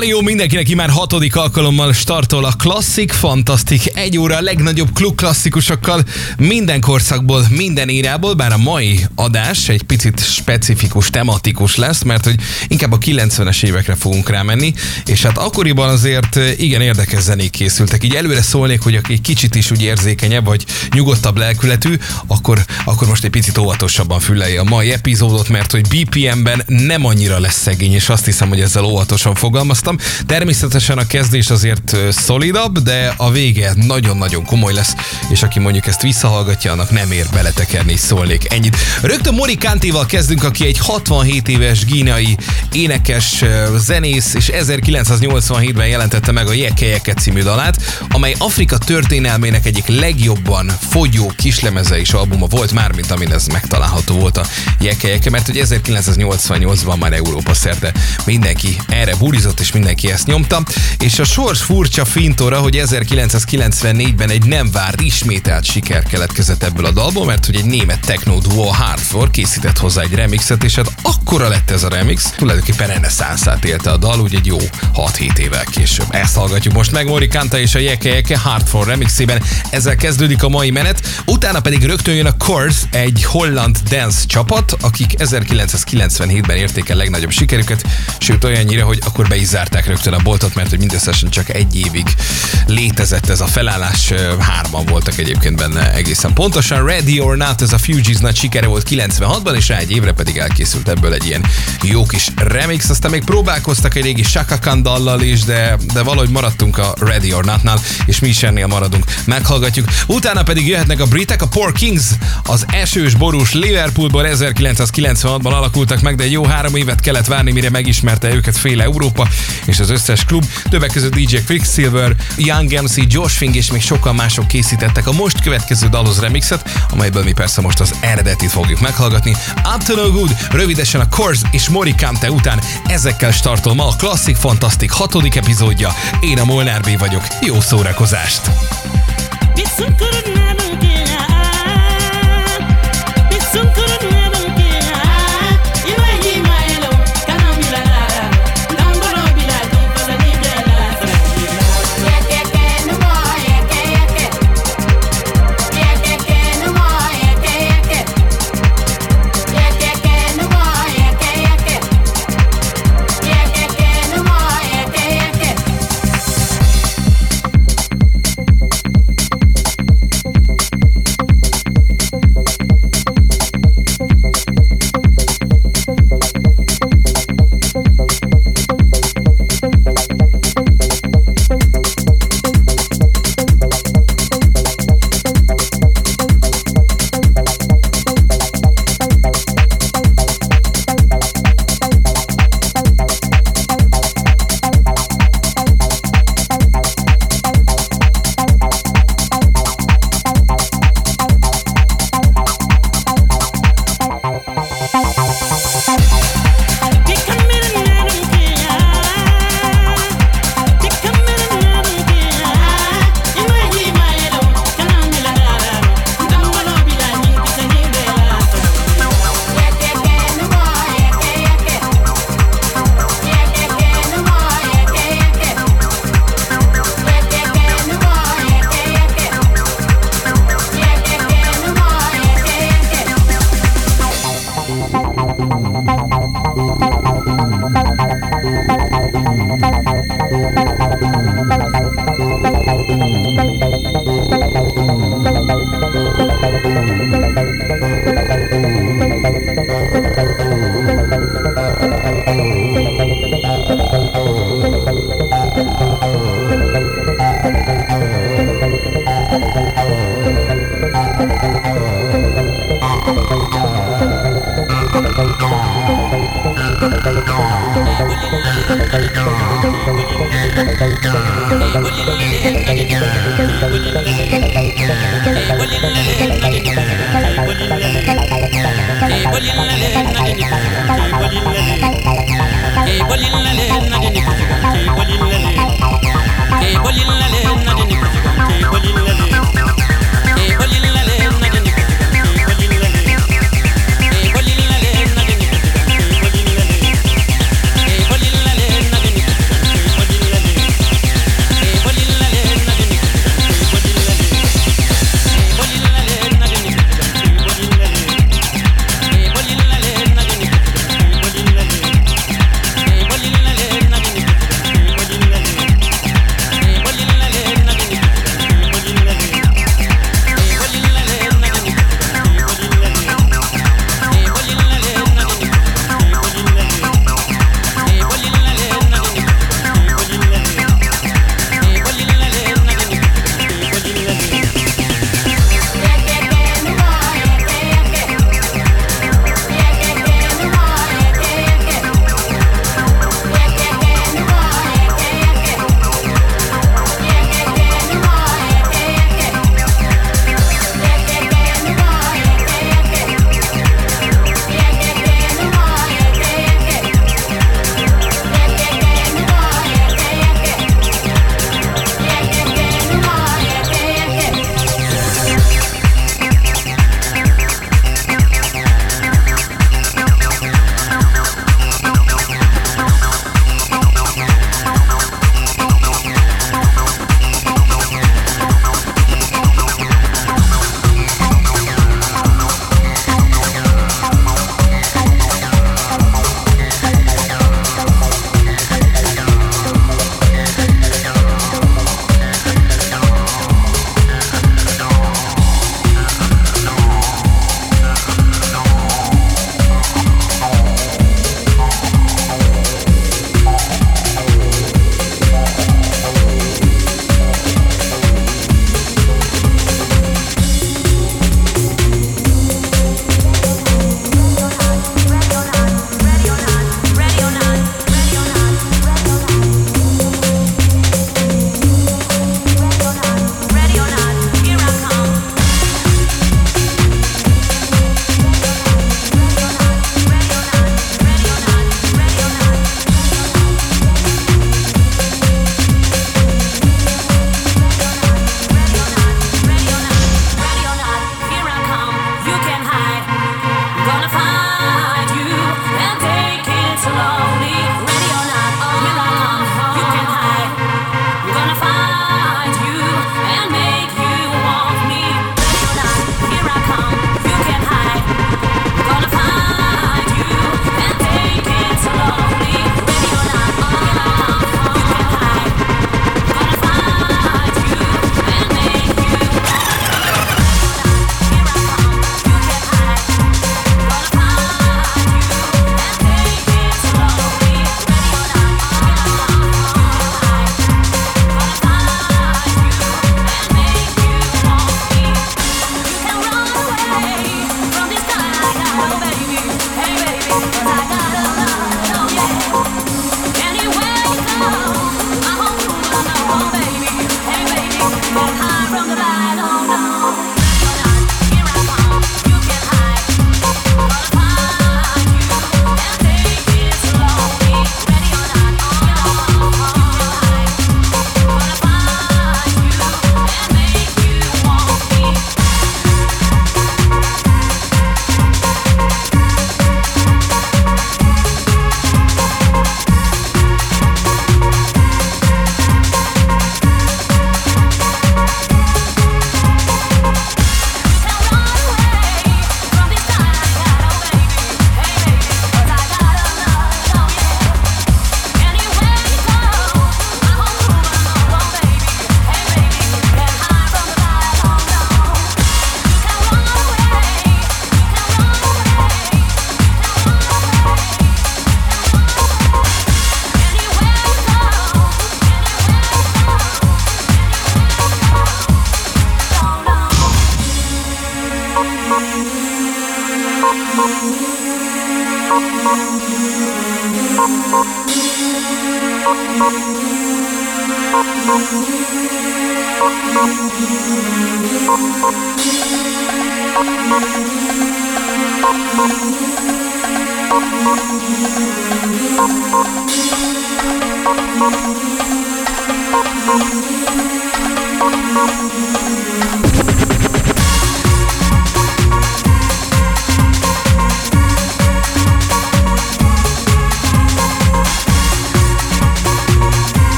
Haló mindenkinek, már 6. alkalommal startol a Klasszik Fantasztik. 1 óra a legnagyobb klub klasszikusokkal minden korszakból, minden érából, bár a mai adás egy picit specifikus, tematikus lesz, mert hogy inkább a 90-es évekre fogunk rámenni, és hát akkoriban azért igen érdekes zenék készültek. Így előre szólnék, hogy aki kicsit is úgy érzékenyebb, vagy nyugodtabb lelkületű, akkor most egy picit óvatosabban fülelje a mai epizódot, mert hogy BPM-ben nem annyira lesz szegény, és azt hiszem, hogy ezzel óvatosan fogalmaztam. Természetesen a kezdés azért szolidabb, de a vége nagyon-nagyon komoly lesz, és aki mondjuk ezt visszahallgatja, annak nem ér beletekerni, szólnék ennyit. Rögtön Mori Kantéval kezdünk, aki egy 67 éves gínai énekes, zenész, és 1987-ben jelentette meg a Jeke Jeke című dalát, amely Afrika történelmének egyik legjobban fogyó kislemeze és albuma volt már, mint amin ez megtalálható volt a Jeke Jeke, mert hogy 1988-ban már Európa szerte mindenki erre burizott, és mindenki ezt nyomta, és a sors furcsa fintora, hogy 1994-ben egy nem várt ismételt siker keletkezett ebből a dalból, mert hogy egy német techno duo, Hardcore készített hozzá egy remixet, és hát akkora lett ez a remix, tulajdonképpen reneszánszát élte a dal, úgy egy jó 6-7 évvel később. Ezt hallgatjuk most meg Mori Kanta és a Jeke Jeke Hardcore remixében, ezzel kezdődik a mai menet, utána pedig rögtön jön a Chords, egy holland dance csapat, akik 1997-ben érték el legnagyobb sikerüket, sőt olyannyira, hogy akkor be is zárták rögtön a boltot, mert hogy mindösszesen csak 1 évig létezett ez a felállás, 3-an voltak egyébként benne egészen pontosan. Ready or Not, ez a Fugees nagy sikere volt 96-ban, és rá 1 évre pedig elkészült ebből egy ilyen jó kis remix, aztán még próbálkoztak egy régi Chaka Khan dallal is, de valahogy maradtunk a Ready or Not-nál, és mi is ennél maradunk. Meghallgatjuk. Utána pedig jöhetnek a britek, a Poor Kings, az esős, borús Liverpoolból 1996-ban alakultak meg, de egy jó 3 évet kellett várni, mire megismerte őket fél Európa, és az összes klub, többek között DJ Quicksilver, Young MC, Josh Fink és még sokan mások készítettek a most következő dalhoz remixet, amelyből mi persze most az eredetit fogjuk meghallgatni. Up to No Good, rövidesen a Chords és Mori Kante után ezekkel startol ma a Klasszik Fantasztik 6. epizódja. Én a Molnár B vagyok, jó szórakozást!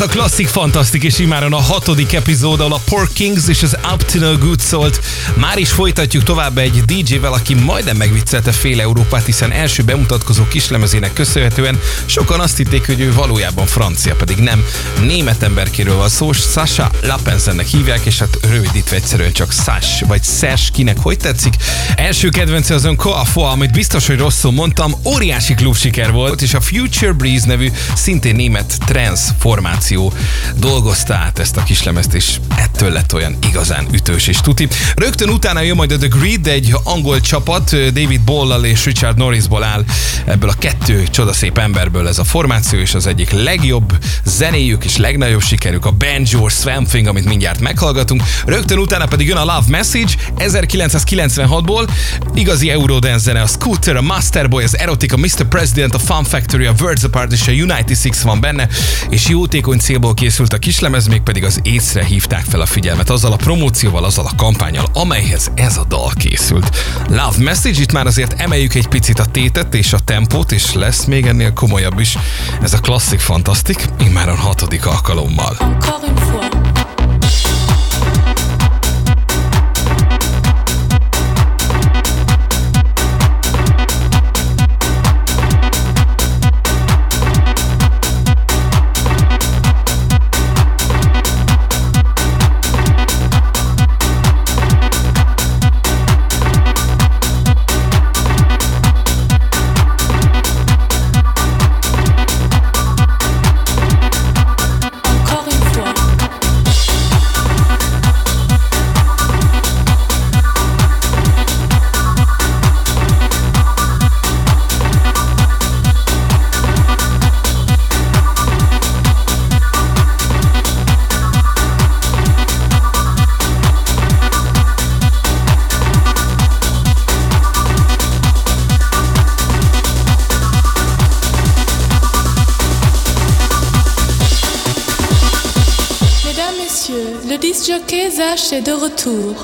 a klasszik, fantasztik, és imáron a 6. epizód, ahol a Pork Kings és az Up to No Good szólt. Már is folytatjuk tovább egy DJ-vel, aki majdnem megviccelte fél Európát, hiszen első bemutatkozó kislemezének köszönhetően sokan azt hitték, hogy ő valójában francia, pedig nem. Német emberkéről van szó, Sasha Lappensennek hívják, és hát rövidítve egyszerűen csak Sash, vagy Sash, kinek hogy tetszik. Első kedvence azon Coafo, amit biztos, hogy rosszul mondtam, óriási klubsiker volt, és a Future Breeze nevű szintén német trance formáció dolgozta át ezt a kislemezt, és ettől lett olyan igazán ütős és tuti. Rögtön utána jön majd a The Grid, egy angol csapat, David Ball-al és Richard Norrisból áll, ebből a kettő csodaszép emberből ez a formáció, és az egyik legjobb zenéjük és legnagyobb sikerük a Banjo Swamp Thing, amit mindjárt meghallgatunk. Rögtön utána pedig jön a Love Message 1996-ból, igazi Eurodance zene, a Scooter, a Masterboy, az Erotica, Mr. President, a Fun Factory, a Words Apart és a United Six van benne, és jótékony célból készült a kislemez, mégpedig az AIDS-re hívták fel a figyelmet azzal a promócióval, azzal a kampánnyal, amelyhez ez a dal készült. Love Message, itt már azért emeljük egy picit a tétet és a tempót, és lesz még ennél komolyabb is. Ez a klasszik fantasztik, immáron 6. alkalommal. Le disc-jockey Zach est de retour.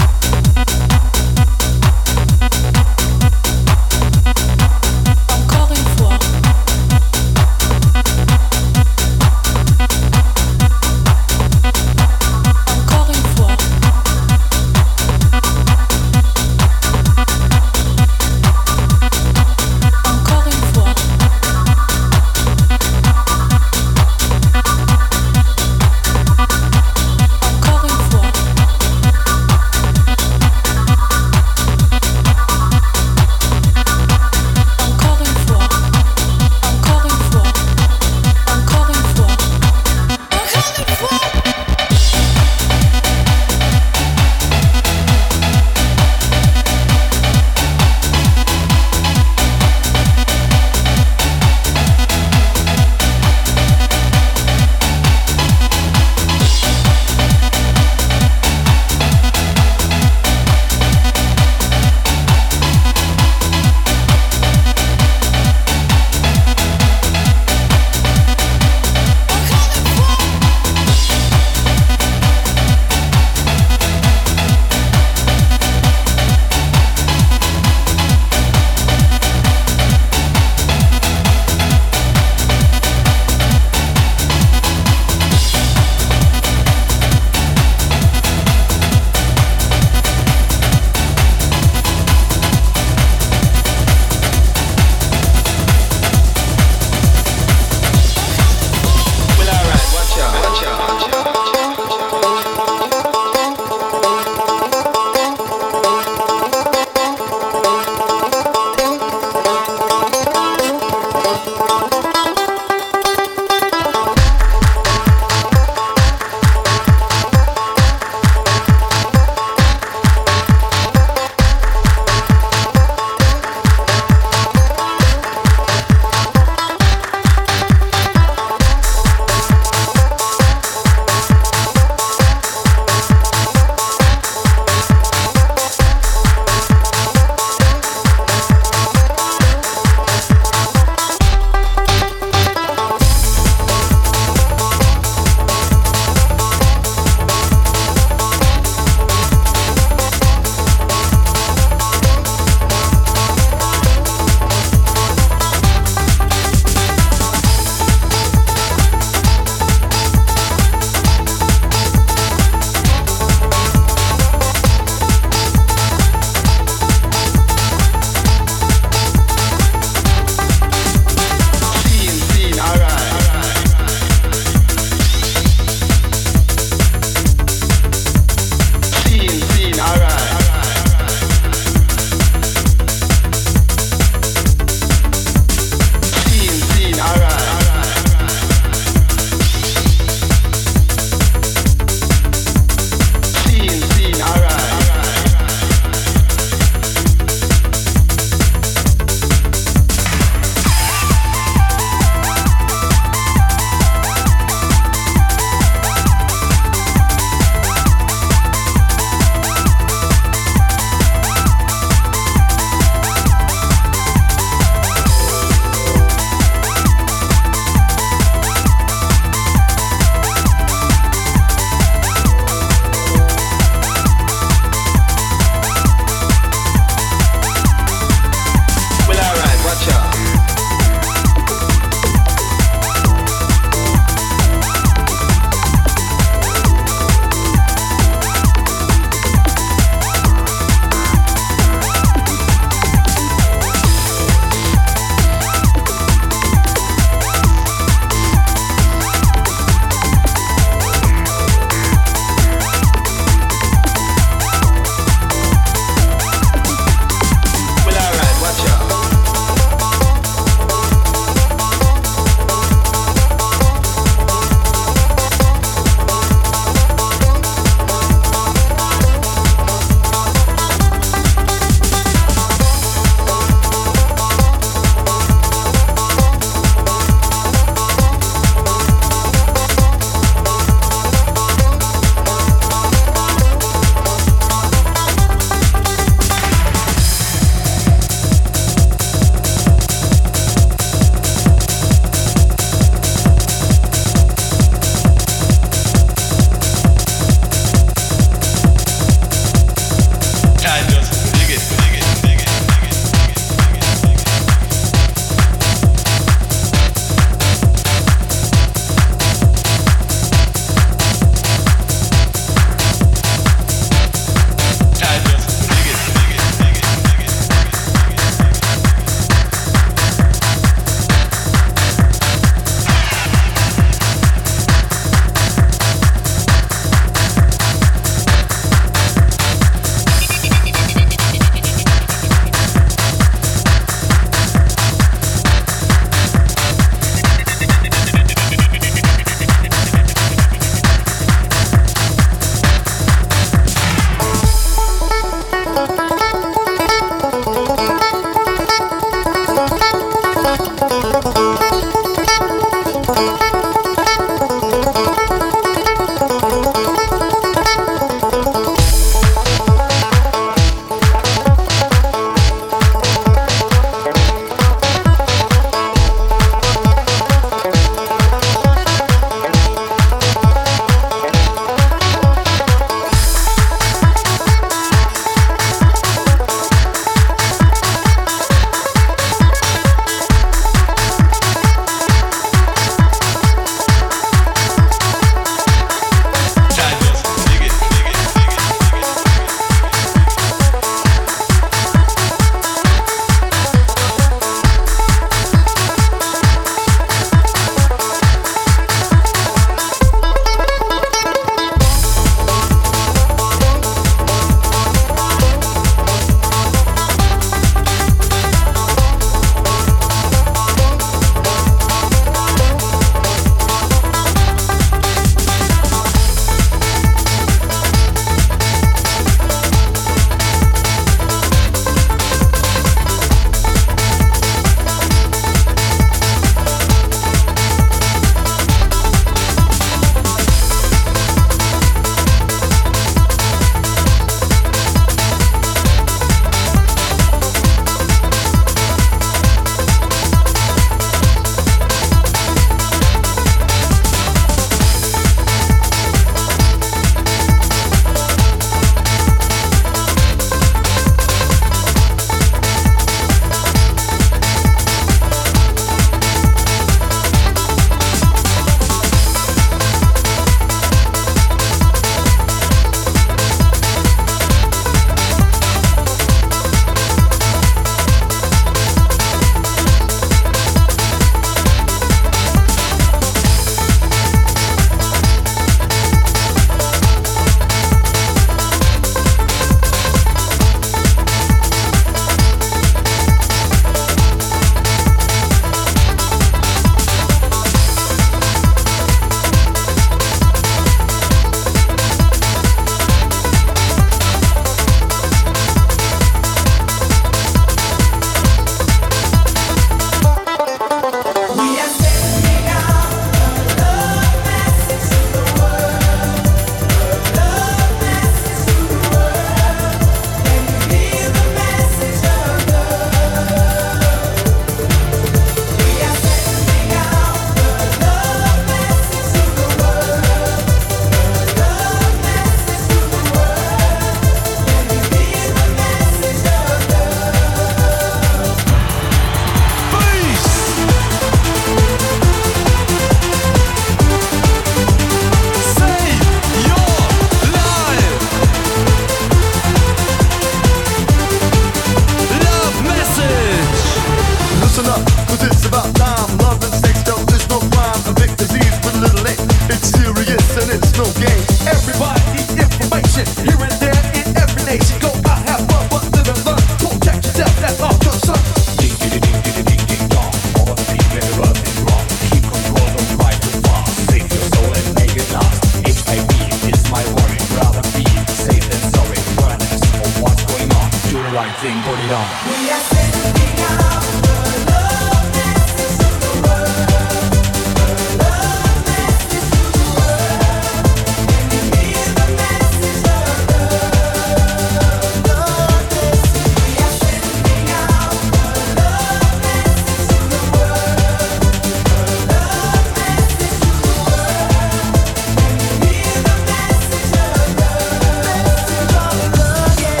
right thing, put it on. We are sending out the love message to the world. The love message to the world. Can you hear the message of love? Love message. We are sending out the love message to the world. The love message to the world. Can you hear the message of love? Message of love, yeah.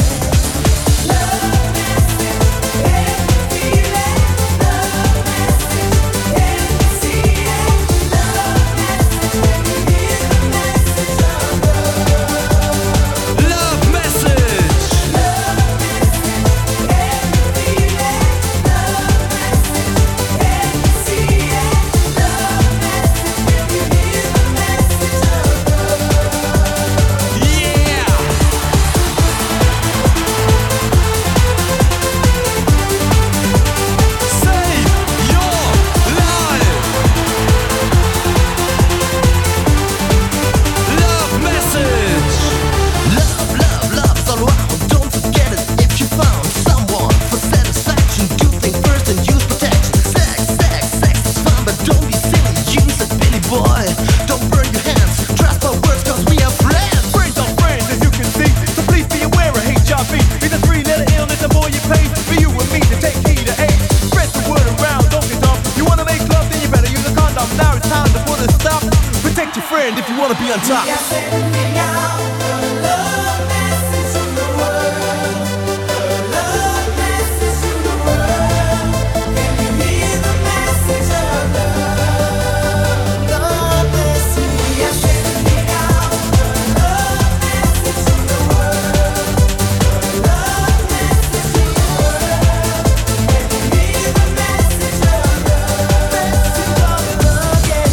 If you wanna be on top. We are sending out the love message to the world. The love message to the world. Can you hear the message of love? Love message. We are sending out the love message to the world. The love message to the world. Can you hear the message of love? Message of love, yeah.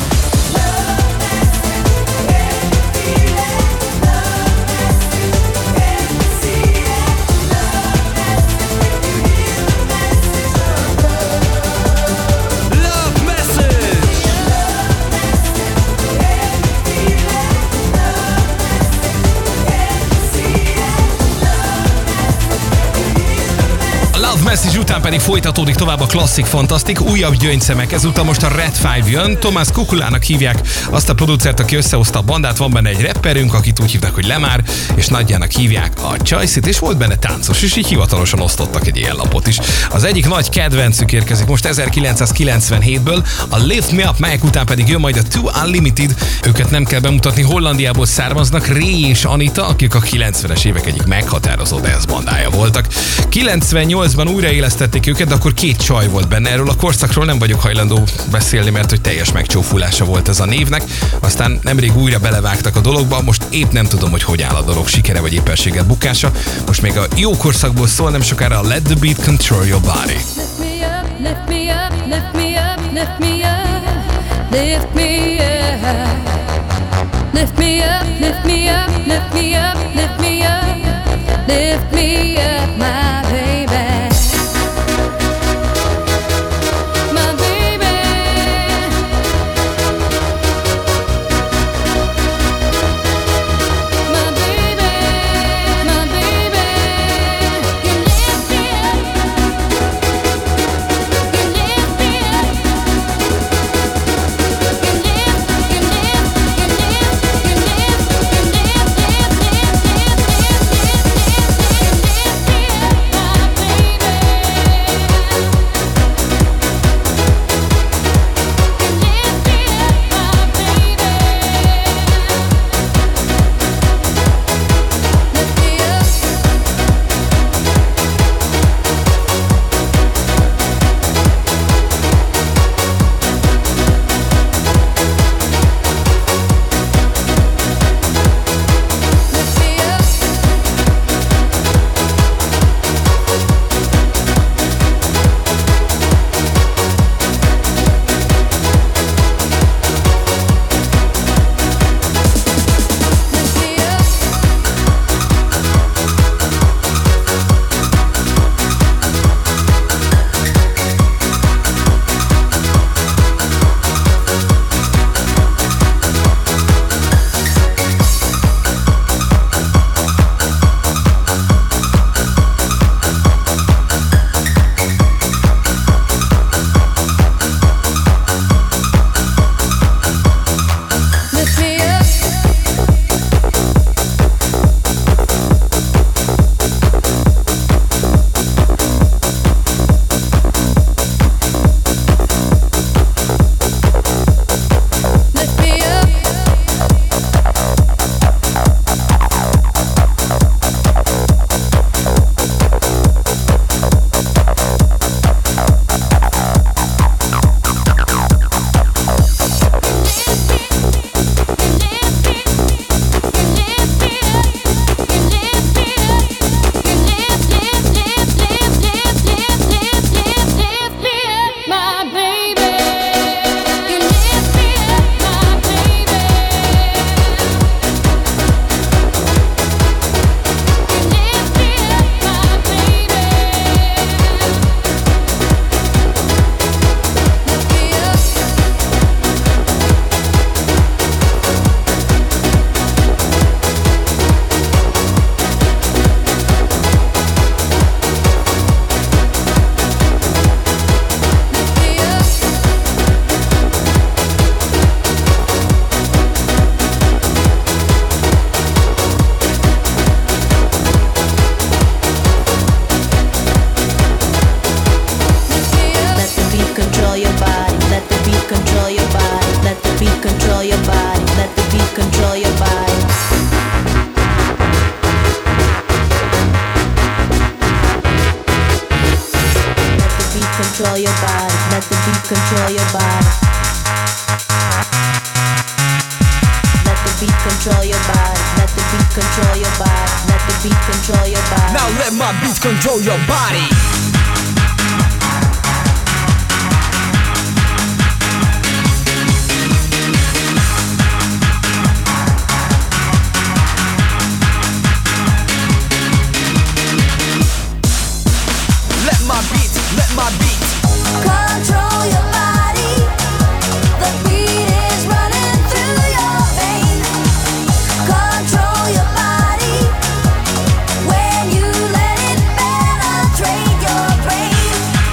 Message után pedig folytatódik tovább a Classic Fantastic, újabb gyöngyszemek, ezúttal most a Red 5 jön, Tomás Kukulának hívják azt a producert, aki összehozta a bandát, van benne egy rapperünk, akit úgy hívnak, hogy Lemár, és nagyjának hívják a Csajszit, és volt benne táncos, és így hivatalosan osztottak egy ilyen lapot is. Az egyik nagy kedvencük érkezik most 1997-ből, a Lift Me Up, melyek után pedig jön majd a Too Unlimited, őket nem kell bemutatni, Hollandiából származnak, Ray és Anita, akik a 90-es évek egyik meghatározó dance bandája voltak. 98-ban újraélesztették őket, de akkor két csaj volt benne. Erről a korszakról nem vagyok hajlandó beszélni, mert hogy teljes megcsófulása volt ez a névnek. Aztán nemrég újra belevágtak a dologba, most épp nem tudom, hogy áll a dolog, sikere vagy éppenséggel bukása. Most még a jó korszakból szól, nem sokára a Let the Beat Control Your Body. Lift me up, lift me up, lift me up, lift me up, lift me up. Lift me up, lift me up, lift me up, lift me up, lift me up, my baby. My baby. My baby, my baby. You lift me up. You lift me up. You lift, you lift, you lift, you lift, you lift, lift, lift, lift, lift, lift, lift, lift. control your body. Let the beat control your body. Let the beat control your body. Let the beat control your body. Let the beat control your body. Now let my beats control your body. Let my beat control your body. The beat is running through your veins. Control your body. When you let it penetrate your brain.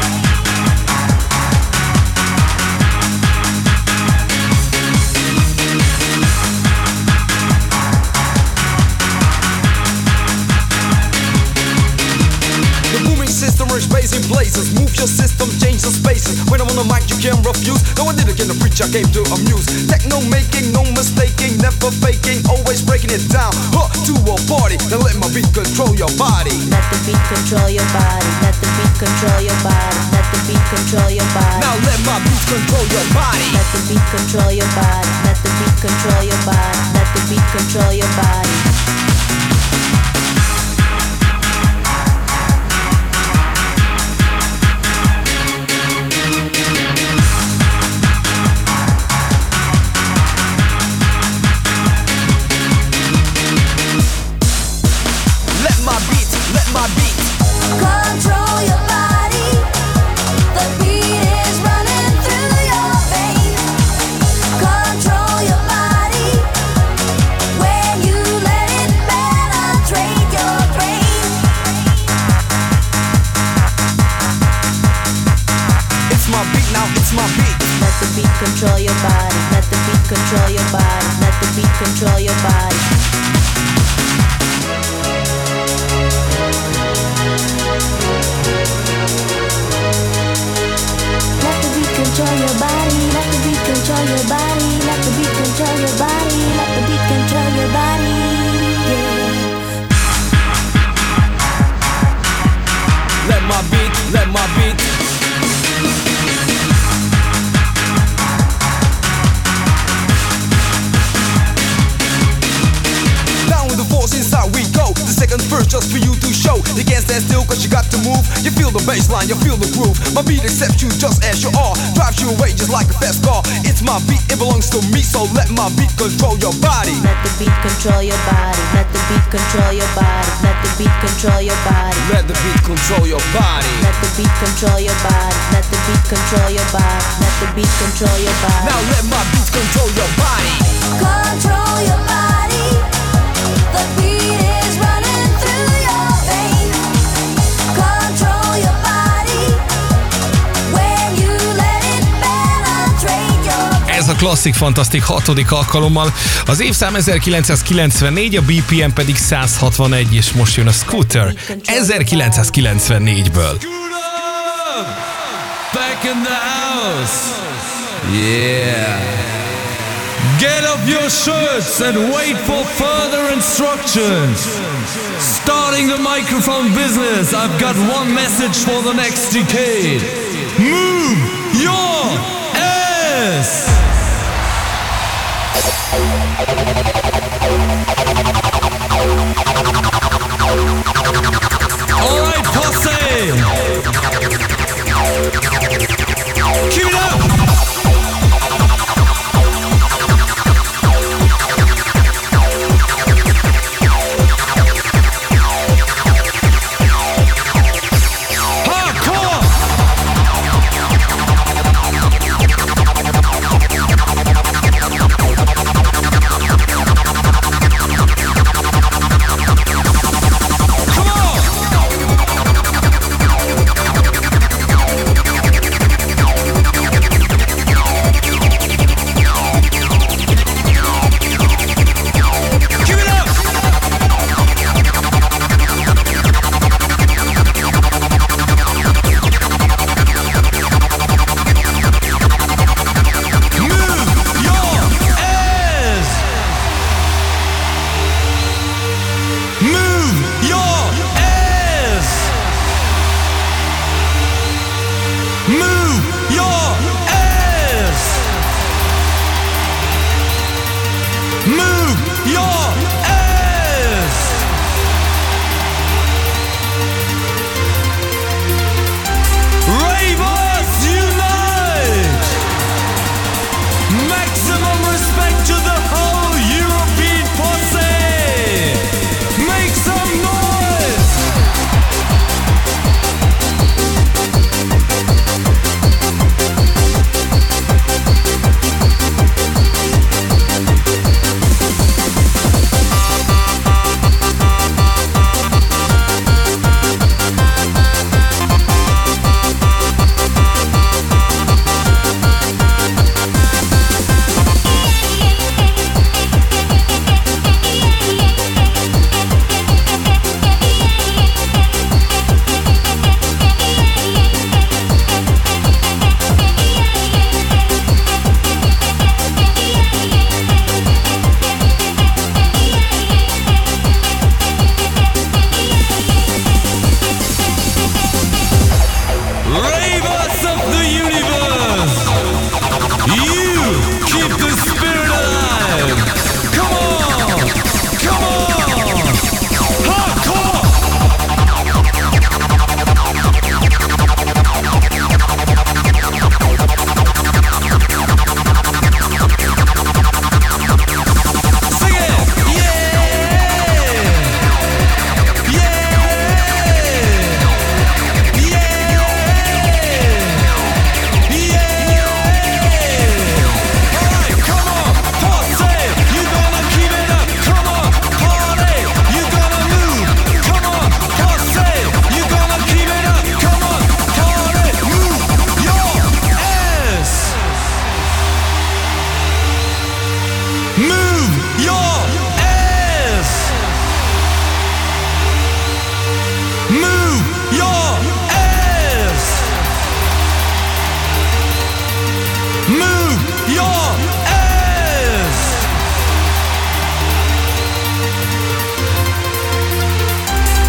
The booming system is raising blazes. Move your system, change the spaces. When I'm on the mic, you can't refuse. No, I didn't get a preach, I came to amuse. Techno making, no mistaking, never faking, always breaking it down. To a party, then let my beat control your body. Let the beat control your body. Let the beat control your body. Let the beat control your body. Now let my beat control your body. Let the beat control your body. Let the beat control your body. Let the beat control your body. Let my beat control your body. The beat is running through your veins. Control your body. When you let it penetrate your brain. It's my beat now, it's my beat. Let the beat control your body. Let the beat control your body. Let the beat control your body. Let the beat control your body. Let the beat control your body. Let the beat control your body. Let the beat control your body. Yeah. Let my beat, let my beat. Down with the force, inside we go. The second verse just for you to show. You can't stand still cause you got to move. You feel the bassline, you feel the groove. My beat accepts you just as you are. Drives you away just like a fast car. It's my beat, it belongs to me. So let my beat control your body. Let the beat control your body. Let the beat control your body. Let the beat control your body. Let the beat control your body. Let the beat control your body. Let the beat control your body. Let the beat control your body. Now let my beat control your body. Control your body. The beat is running through your veins. Control your body. When you let it penetrate your. Ez a klasszik fantasztik 6. alkalommal. Az évszám 1994, a BPM pedig 161, és most jön a Scooter 1994-ből. Back in the house. Yeah. Get up your shirts and wait for further instructions. Starting the microphone business, I've got one message for the next decade. Move your ass! All right, posse! Keep it up!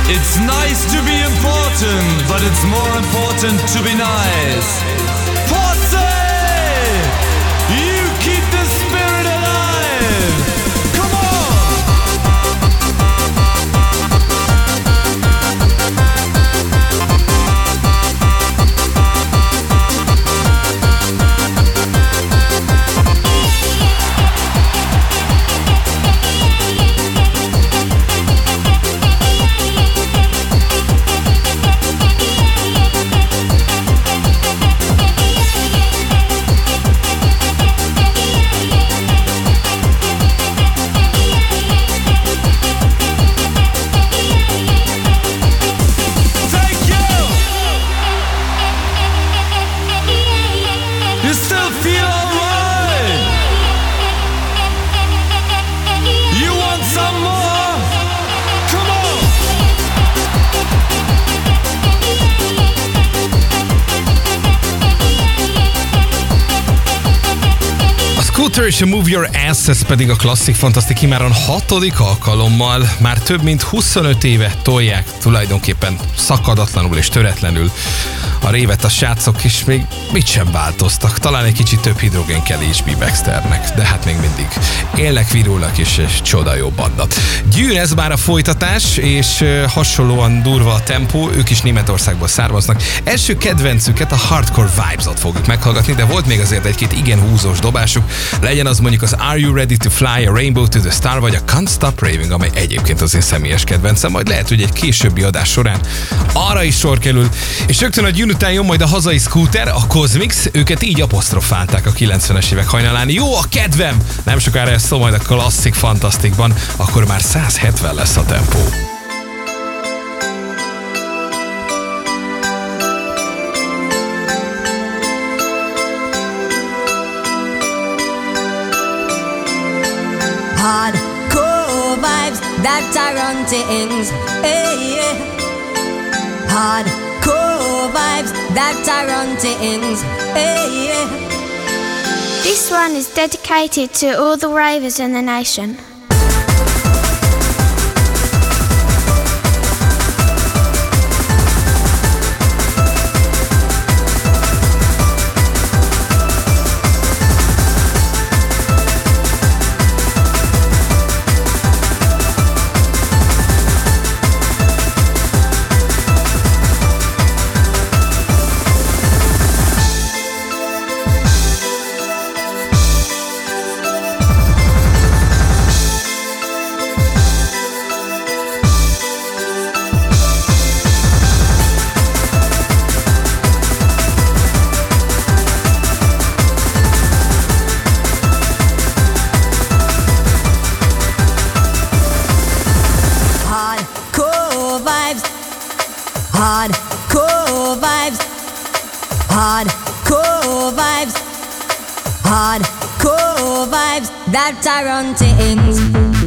It's nice to be important, but it's more important to be nice. Posse! You keep the spirit alive! Come on! You still feel alright? You want some more? Come on! A Scooter és a Move Your Ass, ez pedig a klasszik fantasztik imáron 6. alkalommal. Már több mint 25 éve tolják tulajdonképpen szakadatlanul és töretlenül a révet a srácok, és még mit sem változtak. Talán egy kicsit több hidrogén kell H.B. Baxternek, de hát még mindig élnek, virulnak, és csoda jó banda. Gyűr, ez már a folytatás, és hasonlóan durva a tempó, ők is Németországból származnak. Első kedvencüket, a Hardcore Vibes-ot fogjuk meghallgatni, de volt még azért egy-két igen húzós dobásuk. Legyen az mondjuk az Are You Ready to Fly, a Rainbow to the Star, vagy a Can't Stop Raving, amely egyébként az én személyes kedvencem, majd lehet, hogy egy későbbi adás során arra is sor kerül. És rögtön a Gyűr után jön majd a hazai Scooter, a Cosmix, őket így apostrofálták a 90-es évek hajnalán. Jó a kedvem! Nem sokára ez szól majd a klasszik fantasztikban, akkor már 170 lesz a tempó. Hardcore vibes that are run things. Hey, yeah. Hardcore vibes that are run things. Hey, yeah. This one is dedicated to all the ravers in the nation. Hardcore vibes. Hardcore vibes. Hardcore vibes that are run things.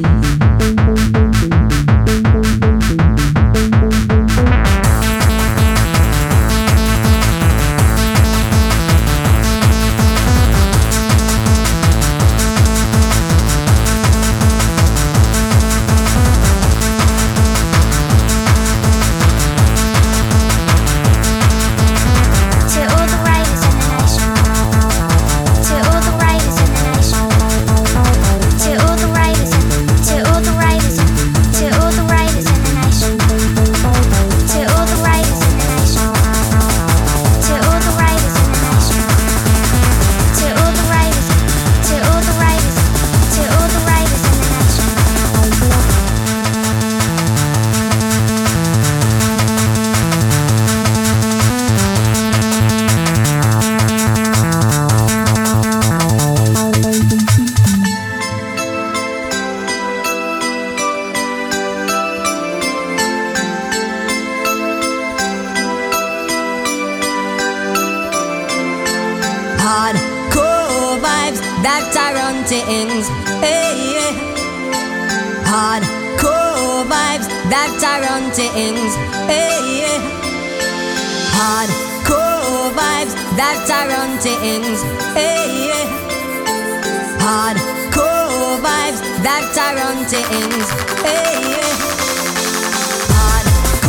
Hardcore vibes that are run things. Hey, yeah. Hardcore vibes that are run things. Hey, yeah. Hardcore vibes that are run things. Hey, yeah. Hardcore vibes that are run things. Hey, yeah. Hardcore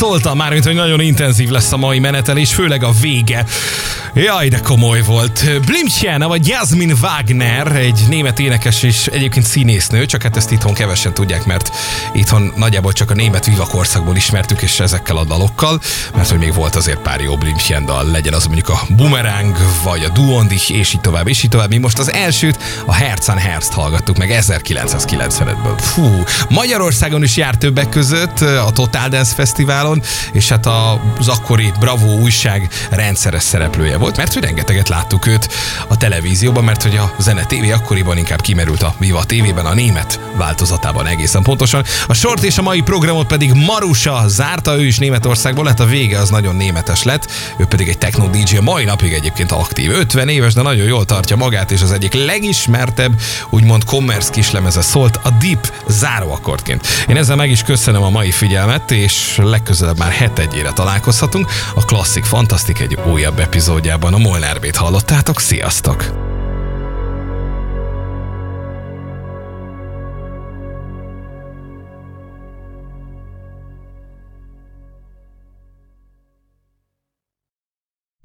szóltam már, mint hogy nagyon intenzív lesz a mai menetelés, főleg a vége. Jaj, de komoly volt. Blimcsiana, vagy Jasmin Wagner, egy német énekes és egyébként színésznő, csak hát ezt itthon kevesen tudják, mert itthon nagyjából csak a német Viva korszakból ismertük, és ezekkel a dalokkal, mert hogy még volt azért pár jó Blimcsiana dal, legyen az mondjuk a Boomerang, vagy a Du on dich, és így tovább, és így tovább. Mi most az elsőt, a Herz an Herzt hallgattuk meg 1995-ből. Fú, Magyarországon is járt többek között a Total Dance Fesztiválon, és hát az akkori Bravo újság rendszeres szereplője volt, mert hogy rengeteget láttuk őt a televízióban, mert hogy a Zene TV akkoriban inkább kimerült a Viva TV-ben, a német változatában egészen pontosan. A sort és a mai programot pedig Marusa zárta, ő is Németországból, hát a vége az nagyon németes lett, ő pedig egy techno DJ, a mai napig egyébként aktív, 50 éves, de nagyon jól tartja magát, és az egyik legismertebb, úgymond commerce kislemeze szólt a Deep záróakkordként. Én ezzel meg is köszönöm a mai figyelmet, és legközelebb már hetedjére találkozhatunk. A Klasszik Fantasztik egy újabb epizódjában a Molnár B-t hallottátok. Sziasztok!